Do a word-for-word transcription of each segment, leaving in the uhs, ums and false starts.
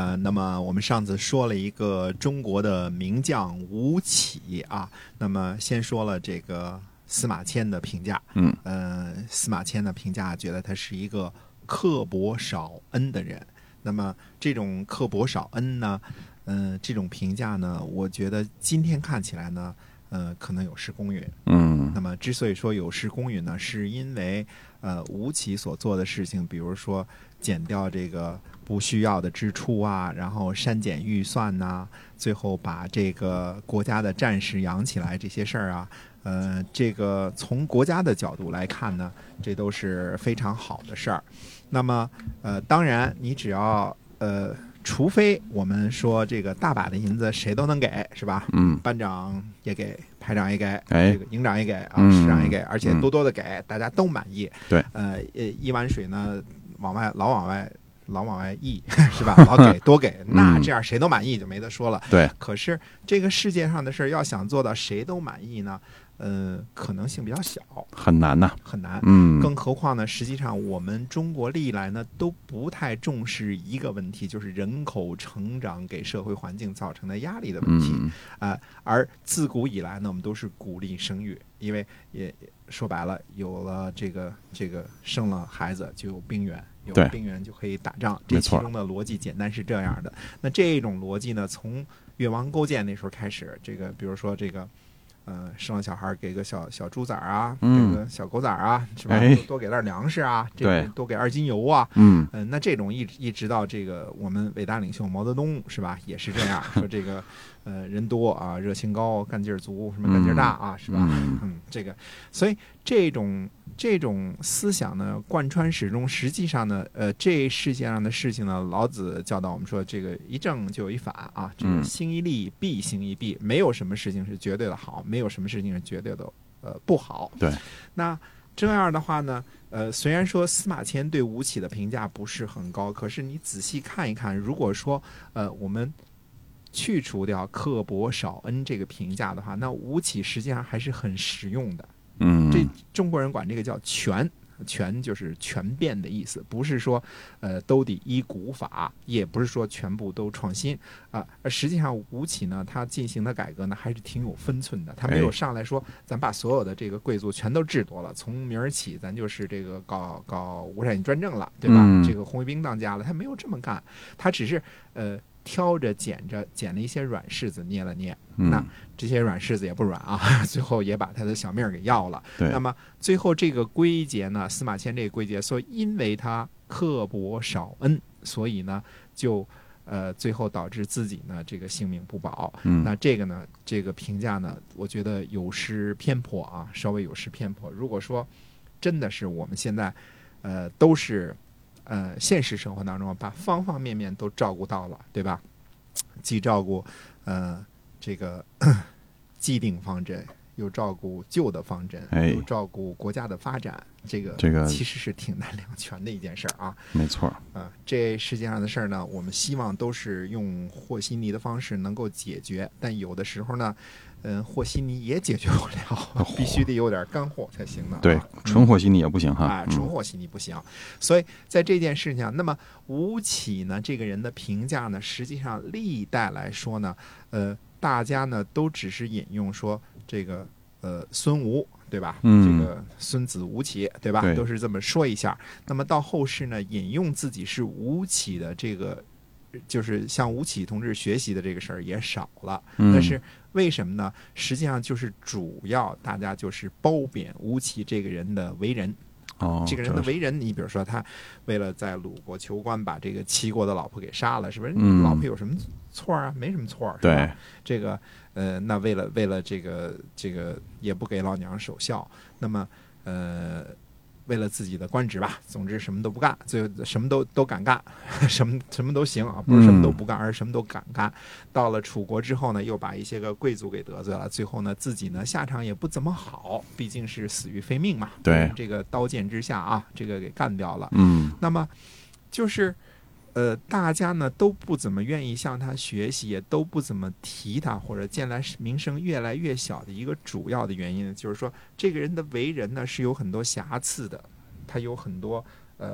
呃，那么我们上次说了一个中国的名将吴起啊，那么先说了这个司马迁的评价， 嗯， 呃，司马迁的评价觉得他是一个刻薄少恩的人。那么这种刻薄少恩呢，呃，这种评价呢，我觉得今天看起来呢，呃，可能有失公允。 嗯， 那么之所以说有失公允呢，是因为呃，吴起所做的事情，比如说减掉这个不需要的支出啊，然后删减预算呐、啊，最后把这个国家的战士养起来这些事儿啊，呃，这个从国家的角度来看呢，这都是非常好的事儿。那么呃，当然你只要呃。除非我们说这个大把的银子谁都能给，是吧？ 嗯， 班长也给，排长也给， 哎， 这个营长也给啊， 嗯师长也给，而且多多的给， 嗯、 大家都满意。 对， 呃，一碗水呢，往外老往外老往外溢，是吧？老给多给，那这样谁都满意就没得说了。 对。 可是这个世界上的事儿，要想做到谁都满意呢？呃，可能性比较小， 很难呐、啊， 很难。 嗯， 更何况呢，实际上我们中国历来呢都不太重视一个问题，就是人口成长给社会环境造成的压力的问题。 嗯啊、呃，而自古以来呢，我们都是鼓励生育，因为也说白了，有了这个这个生了孩子就有兵源，有了兵源就可以打仗。这其中的逻辑简单是这样的。那这种逻辑呢，从越王勾践那时候开始，这个比如说这个。呃，生了小孩给个小小猪崽啊， 嗯、 给个小狗崽啊，是吧？ 哎、 多多给点粮食啊，这个多给二斤油啊。 嗯， 呃，那这种一一直到这个我们伟大领袖毛泽东是吧，也是这样说这个呃人多啊，热情高，干劲儿足，什么干劲儿大啊，是吧？ 嗯， 嗯，这个，所以这种这种思想呢贯穿始终。实际上呢，呃，这世界上的事情呢，老子教导我们说，这个一正就有一反啊，这个兴一利必兴一弊，没有什么事情是绝对的好，没有什么事情是绝对的呃不好。 对， 那这样的话呢，呃，虽然说司马迁对吴起的评价不是很高，可是你仔细看一看，如果说呃我们去除掉刻薄少恩这个评价的话，那吴起实际上还是很实用的。 嗯， 这中国人管这个叫全。全就是全变的意思，不是说呃都得依古法，也不是说全部都创新啊。而实际上吴起呢，他进行的改革呢还是挺有分寸的，他没有上来说咱把所有的这个贵族全都治夺了，从明儿起咱就是这个搞搞无产专政了，对吧？ 嗯、 这个红卫兵当家了，他没有这么干，他只是呃挑着捡着捡了一些软柿子捏了捏， 嗯、 那这些软柿子也不软啊，最后也把他的小命给要了。那么最后这个归结呢，司马迁这个归结，所以因为他刻薄少恩，所以呢就呃最后导致自己呢这个性命不保。 嗯、 那这个呢这个评价呢，我觉得有失偏颇啊，稍微有失偏颇。如果说真的是我们现在呃都是呃现实生活当中把方方面面都照顾到了，对吧？既照顾呃这个既定方针，又照顾旧的方针， 哎、 又照顾国家的发展，这个这个其实是挺难两全的一件事儿啊。 没错啊、呃，这世界上的事儿呢，我们希望都是用和稀泥的方式能够解决，但有的时候呢，嗯、呃，和稀泥也解决不了，必须得有点干货才行的、啊。 对，纯和稀泥也不行哈。 啊、嗯，纯和稀泥不行。所以在这件事情上，那么吴起呢，这个人的评价呢，实际上历代来说呢，呃。大家呢都只是引用说这个呃孙吴对吧？ 嗯， 这个孙子吴起对吧？ 对， 都是这么说一下。那么到后世呢，引用自己是吴起的这个，就是向吴起同志学习的这个事儿也少了。 嗯、 但是为什么呢？实际上就是主要大家就是褒贬吴起这个人的为人。 哦， 这个人的为人，你比如说他为了在鲁国求官，把这个齐国的老婆给杀了，是不是？ 嗯、 老婆有什么错啊？没什么错，是吧？ 对， 这个呃，那为了为了这个这个也不给老娘守孝，那么呃，为了自己的官职吧，总之什么都不干，最后什么都都敢干，什么什么都行啊，不是什么都不干， 嗯、 而是什么都敢干。到了楚国之后呢，又把一些个贵族给得罪了，最后呢，自己呢下场也不怎么好，毕竟是死于非命嘛。 对， 这个刀剑之下啊，这个给干掉了。 嗯， 那么就是呃，大家呢都不怎么愿意向他学习，也都不怎么提他，或者见来名声越来越小的一个主要的原因，就是说这个人的为人呢是有很多瑕疵的，他有很多呃。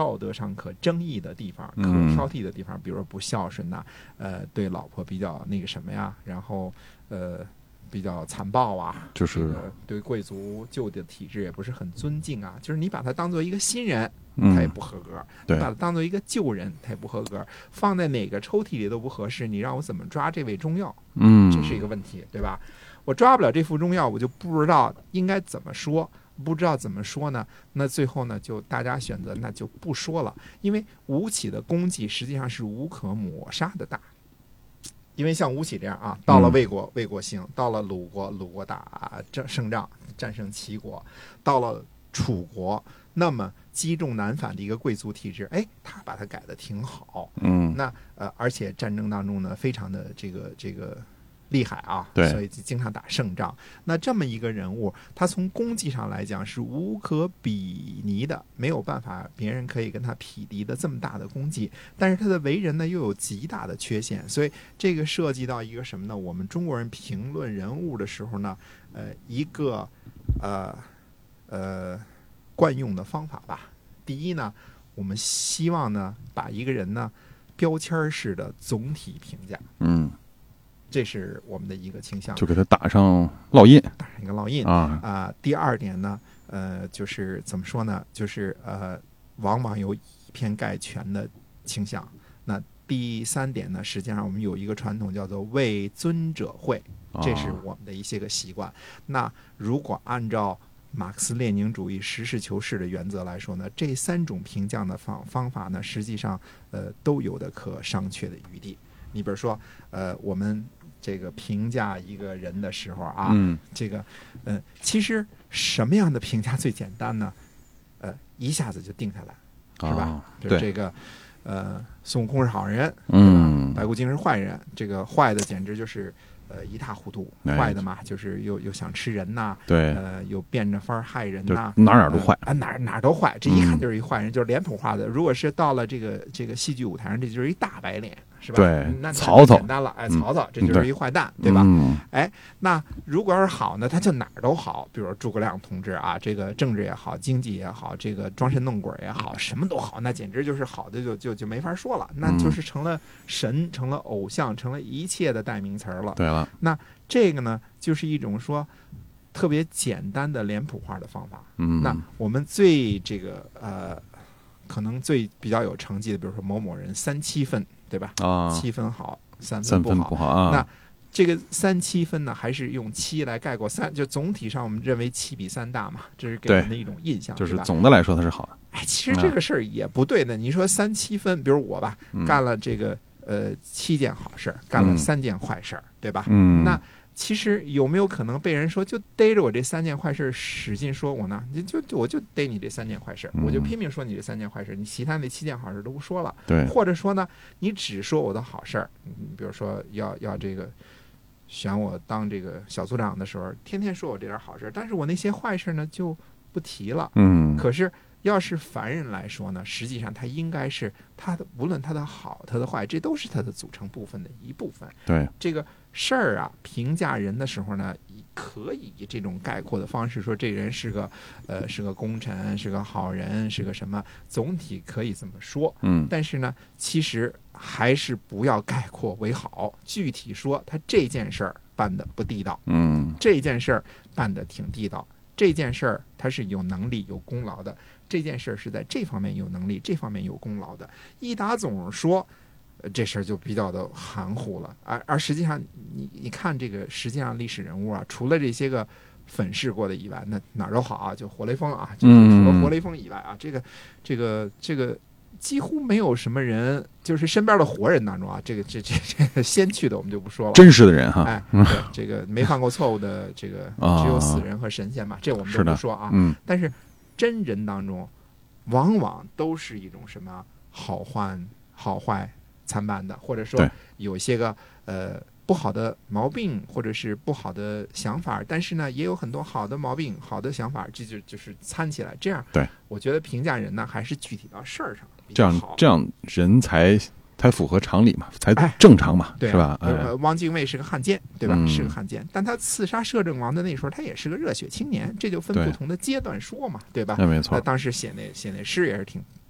道德上可争议的地方、可挑剔的地方，比如说不孝顺呐、呃，对老婆比较那个什么呀，然后呃比较残暴啊， 就是、 这个、对贵族旧的体制也不是很尊敬啊，就是你把他当做一个新人。 嗯、 他也不合格，你把他当做一个旧人，他也不合格，放在哪个抽屉里都不合适。你让我怎么抓这味中药？ 嗯， 这是一个问题，对吧？我抓不了这副中药，我就不知道应该怎么说，不知道怎么说呢？那最后呢，就大家选择那就不说了，因为吴起的功绩实际上是无可抹杀的大。因为像吴起这样啊，到了魏国，魏国兴；到了鲁国，鲁国打胜胜仗，战胜齐国；到了楚国，那么积重难返的一个贵族体制，哎，他把它改得挺好， 嗯， 那呃，而且战争当中呢，非常的这个这个厉害啊， 对， 所以经常打胜仗。那这么一个人物，他从功绩上来讲是无可比拟的，没有办法别人可以跟他匹敌的这么大的功绩，但是他的为人呢又有极大的缺陷，所以这个涉及到一个什么呢？我们中国人评论人物的时候呢，呃，一个呃呃。惯用的方法吧。第一呢，我们希望呢把一个人呢标签式的总体评价， 嗯， 这是我们的一个倾向， 就给他打上烙印， 打上一个烙印啊啊、呃。第二点呢，呃，就是怎么说呢，就是呃，往往有以偏概全的倾向。那第三点呢，实际上我们有一个传统叫做为尊者讳，这是我们的一些个习惯。那如果按照马克思列宁主义实事求是的原则来说呢，这三种评价的方方法呢，实际上呃都有的可商榷的余地。你比如说，呃，我们这个评价一个人的时候啊， 嗯， 这个呃，其实什么样的评价最简单呢？呃，一下子就定下来，是吧？ 哦、 就是这个，呃，孙悟空是好人， 嗯， 白骨精是坏人，这个坏的简直就是。呃，一塌糊涂，坏的嘛，就是又又想吃人呐， 对， 呃，又变着法儿害人呐， 哪哪都坏啊，哪哪都坏，这一看就是一坏人，嗯、就是脸谱化的。如果是到了这个这个戏剧舞台上，这就是一大白脸，是吧？ 对， 那曹操简单了，哎，曹操，这就是一坏蛋， 嗯、 对吧？ 嗯、 哎，那如果要是好呢，他就哪儿都好，比如诸葛亮同志啊，这个政治也好，经济也好，这个装神弄鬼也好，什么都好，那简直就是好的就就就没法说了，那就是成了神，成了偶像，成了一切的代名词了。 对了， 那。这个呢，就是一种说特别简单的脸谱化的方法。 嗯， 那我们最这个呃，可能最比较有成绩的，比如说某某人三七分，对吧？ 啊， 七分好，三分不好。 三分不好啊。 那这个三七分呢，还是用七来概括三？就总体上我们认为七比三大嘛，这是给人的一种印象， 就是总的来说它是好的。 哎，其实这个事儿也不对的。你说三七分，比如我吧， 嗯、 干了这个呃七件好事，干了三件坏事，对吧？ 嗯， 那。其实有没有可能被人说就逮着我这三件坏事使劲说我呢？就就我就逮你这三件坏事， 嗯、 我就拼命说你这三件坏事，你其他那七件好事都不说了。 对， 或者说呢，你只说我的好事儿，比如说要要这个选我当这个小组长的时候，天天说我这点好事，但是我那些坏事呢就不提了。 嗯， 可是要是凡人来说呢，实际上他应该是他的，无论他的好他的坏，这都是他的组成部分的一部分。 对， 这个事儿啊，评价人的时候呢，可以以这种概括的方式说，这人是个呃是个功臣，是个好人，是个什么，总体可以这么说。 嗯， 但是呢，其实还是不要概括为好，具体说他这件事儿办得不地道， 嗯， 这件事儿办得挺地道，这件事儿他是有能力有功劳的，这件事儿是在这方面有能力，这方面有功劳的。一打总说。这事儿就比较的含糊了，而而实际上，你你看这个实际上历史人物啊，除了这些个粉饰过的以外，那哪儿都好啊，就活雷锋啊，就是除了活雷锋以外啊，这个这个这个几乎没有什么人，就是身边的活人当中啊，这个这这这个先去的我们就不说了， 真实的人哈， 哎，对，这个没犯过错误的这个只有死人和神仙嘛，这我们都不说啊， 嗯， 但是真人当中，往往都是一种什么好坏好坏。参半的，或者说有一些个呃不好的毛病，或者是不好的想法，但是呢，也有很多好的毛病、好的想法，这就就是掺起来。这样， 对， 我觉得评价人呢，还是具体到事儿上比较好，这样这样人才才符合常理嘛，才正常嘛， 哎、 是吧？ 呃，汪精卫是个汉奸，对吧？ 嗯、 是个汉奸，但他刺杀摄政王的那时候，他也是个热血青年，这就分不同的阶段说嘛，对吧？ 那没错。 当时写那写那诗也是挺。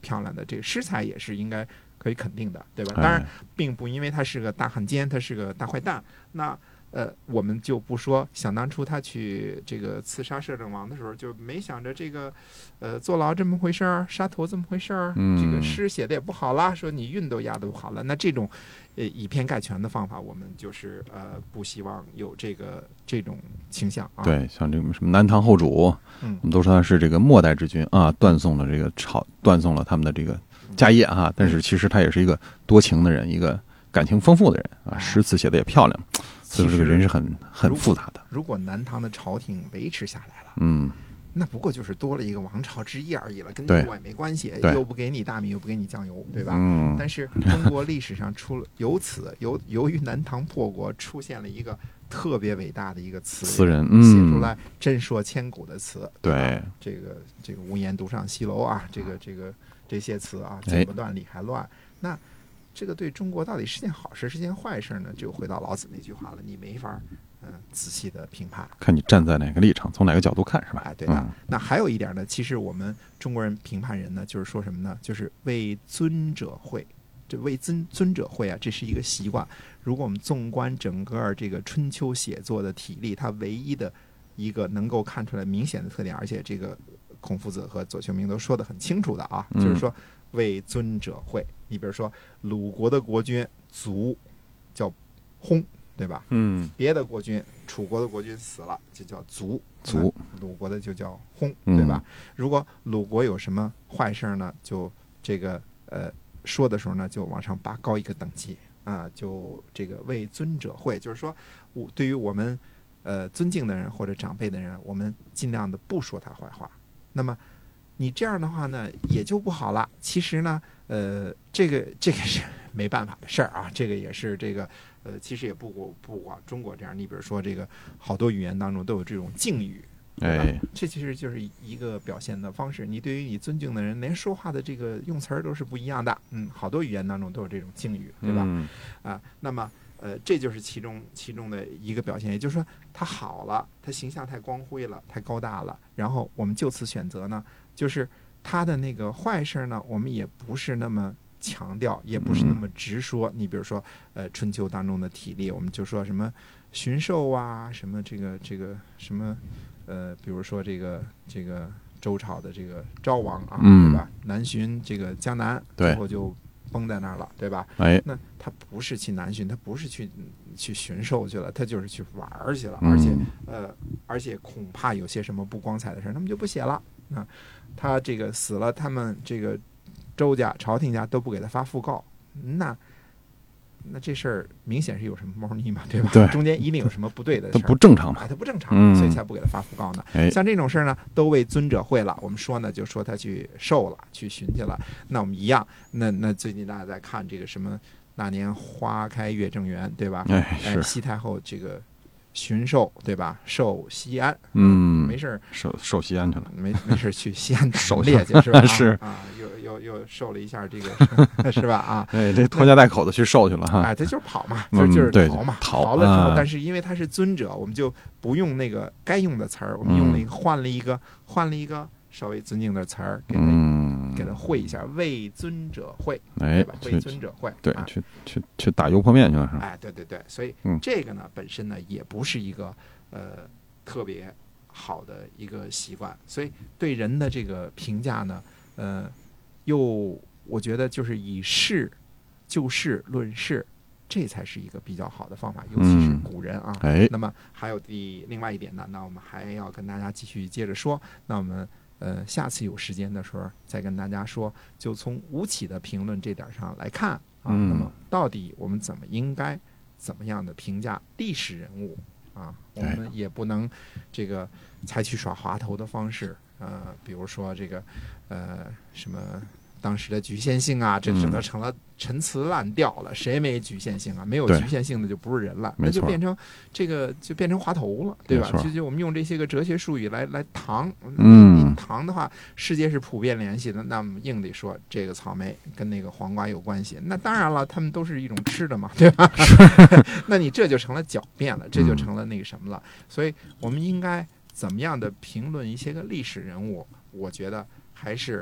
漂亮的，这个诗才也是应该可以肯定的，对吧？ 哎、 当然，并不因为他是个大汉奸，他是个大坏蛋，那。呃，我们就不说，想当初他去这个刺杀摄政王的时候，就没想着这个，呃，坐牢这么回事儿，杀头这么回事儿， 嗯、 这个诗写的也不好啦，说你韵都押的不好了，那这种，呃，以偏概全的方法，我们就是呃，不希望有这个这种倾向啊。 对，像这个什么南唐后主， 嗯， 我们都说他是这个末代之君啊，断送了这个朝，断送了他们的这个家业啊，但是其实他也是一个多情的人，一个感情丰富的人啊，诗词写的也漂亮。所以这个人是很很复杂的。 如果南唐的朝廷维持下来了， 嗯， 那不过就是多了一个王朝之一而已了，跟你我也没关系，又不给你大米，又不给你酱油，对吧？ 嗯。 但是中国历史上出了由此由由于南唐破国，出现了一个特别伟大的一个词词人，嗯， 写出来震烁千古的词。 对， 这个这个无言独上西楼啊，这个这个这些词啊，剪不断理还乱。那这个对中国到底是件好事是件坏事呢？就回到老子那句话了，你没法嗯、呃、仔细的评判， 看你站在哪个立场，从哪个角度看，是吧？ 哎，对的、 嗯。 那还有一点呢，其实我们中国人评判人呢，就是说什么呢？就是为尊者讳，这为尊尊者讳啊，这是一个习惯。如果我们纵观整个这个春秋写作的体例，它唯一的一个能够看出来明显的特点，而且这个孔夫子和左丘明都说得很清楚的啊， 嗯、 就是说为尊者讳。你比如说鲁国的国君卒叫薨，对吧？ 嗯。 别的国君，楚国的国君死了就叫卒， 卒； 鲁国的就叫薨，对吧？ 嗯、 如果鲁国有什么坏事呢，就这个呃说的时候呢，就往上拔高一个等级啊，就这个为尊者讳，就是说，我对于我们呃尊敬的人或者长辈的人，我们尽量的不说他坏话。那么你这样的话呢，也就不好了。其实呢，呃，这个这个是没办法的事儿啊，这个也是这个呃，其实也不光不光中国这样。你比如说这个好多语言当中都有这种敬语， 哎， 这其实就是一个表现的方式。你对于你尊敬的人，连说话的这个用词儿都是不一样的。嗯，好多语言当中都有这种敬语，对吧？ 嗯、 啊，那么呃，这就是其中其中的一个表现，也就是说他好了，他形象太光辉了，太高大了，然后我们就此选择呢，就是他的那个坏事呢，我们也不是那么强调，也不是那么直说。嗯、你比如说，呃，春秋当中的体例，我们就说什么巡狩啊，什么这个这个什么，呃，比如说这个这个周朝的这个昭王啊， 嗯、 对吧？南巡这个江南，最后就崩在那儿了，对吧？ 哎， 那他不是去南巡，他不是去去巡狩去了，他就是去玩去了， 嗯、 而且呃，而且恐怕有些什么不光彩的事，他们就不写了。啊，他这个死了，他们这个周家朝廷家都不给他发讣告，那那这事儿明显是有什么猫腻嘛，对吧？ 对， 中间一定有什么不对的事儿， 它不正常嘛， 哎，它不正常， 嗯、 所以才不给他发讣告呢。 哎， 像这种事儿呢，都为尊者讳了。我们说呢，就说他去狩了，去巡去了。那我们一样，那那最近大家在看这个什么那年花开月正圆，对吧？ 哎，是、 哎、西太后这个巡狩，对吧？狩西安， 嗯， 没事狩狩西安去了， 没没事去西安打狩猎去是吧？ 是啊，又又又狩了一下这个是吧？啊， 哎，这拖家带口的去狩去了哈， 哎，这就是跑嘛，就就是逃嘛， 嗯、逃, 逃了之后， 啊、 但是因为他是尊者，我们就不用那个该用的词儿，我们用了一个、嗯、换了一个换了一个稍微尊敬的词儿，给他、 嗯、 给他会一下，为尊者会， 哎， 为尊者会， 对， 啊、 去去去打油泼面去了是吧？ 哎，对对对，所以嗯、 这个呢本身呢也不是一个呃特别好的一个习惯，所以对人的这个评价呢，呃，又我觉得就是以事就事论事，这才是一个比较好的方法，尤其是古人啊。 嗯、哎， 那么还有第另外一点呢，那我们还要跟大家继续接着说。那我们呃下次有时间的时候再跟大家说，就从吴起的评论这点上来看啊， 嗯、 那么到底我们怎么应该怎么样的评价历史人物啊？我们也不能这个采取耍滑头的方式，呃，比如说这个呃什么。当时的局限性啊，这整个成了陈词滥调了。嗯、谁没局限性啊？没有局限性的就不是人了，那就变成这个就变成滑头了，对吧？就就我们用这些个哲学术语来来搪， 嗯， 搪的话，世界是普遍联系的，那么硬得说这个草莓跟那个黄瓜有关系。那当然了，他们都是一种吃的嘛，对吧？那你这就成了狡辩了，这就成了那个什么了。嗯、所以我们应该怎么样的评论一些个历史人物？我觉得还是。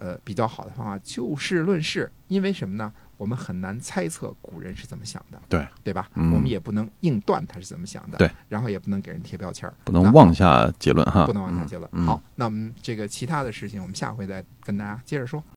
呃比较好的方法，就事论事。因为什么呢？我们很难猜测古人是怎么想的， 对对吧？ 嗯我们也不能硬断他是怎么想的， 对， 然后也不能给人贴标签， 不能妄下结论哈， 不能妄下结论。 嗯、 好，那我们这个其他的事情，我们下回再跟大家接着说。